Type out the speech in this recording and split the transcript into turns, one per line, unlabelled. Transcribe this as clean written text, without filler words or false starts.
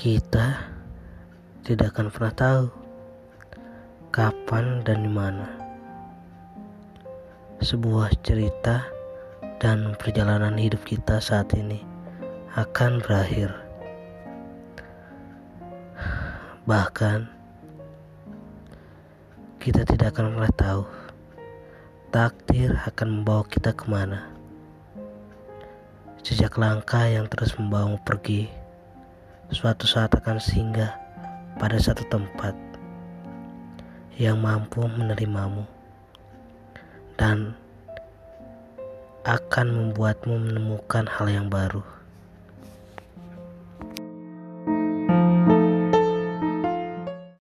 Kita tidak akan pernah tahu kapan dan di mana sebuah cerita dan perjalanan hidup kita saat ini akan berakhir. Bahkan kita tidak akan pernah tahu takdir akan membawa kita kemana. Sejak langkah yang terus membawamu pergi, suatu saat akan singgah pada satu tempat yang mampu menerimamu dan akan membuatmu menemukan hal yang baru.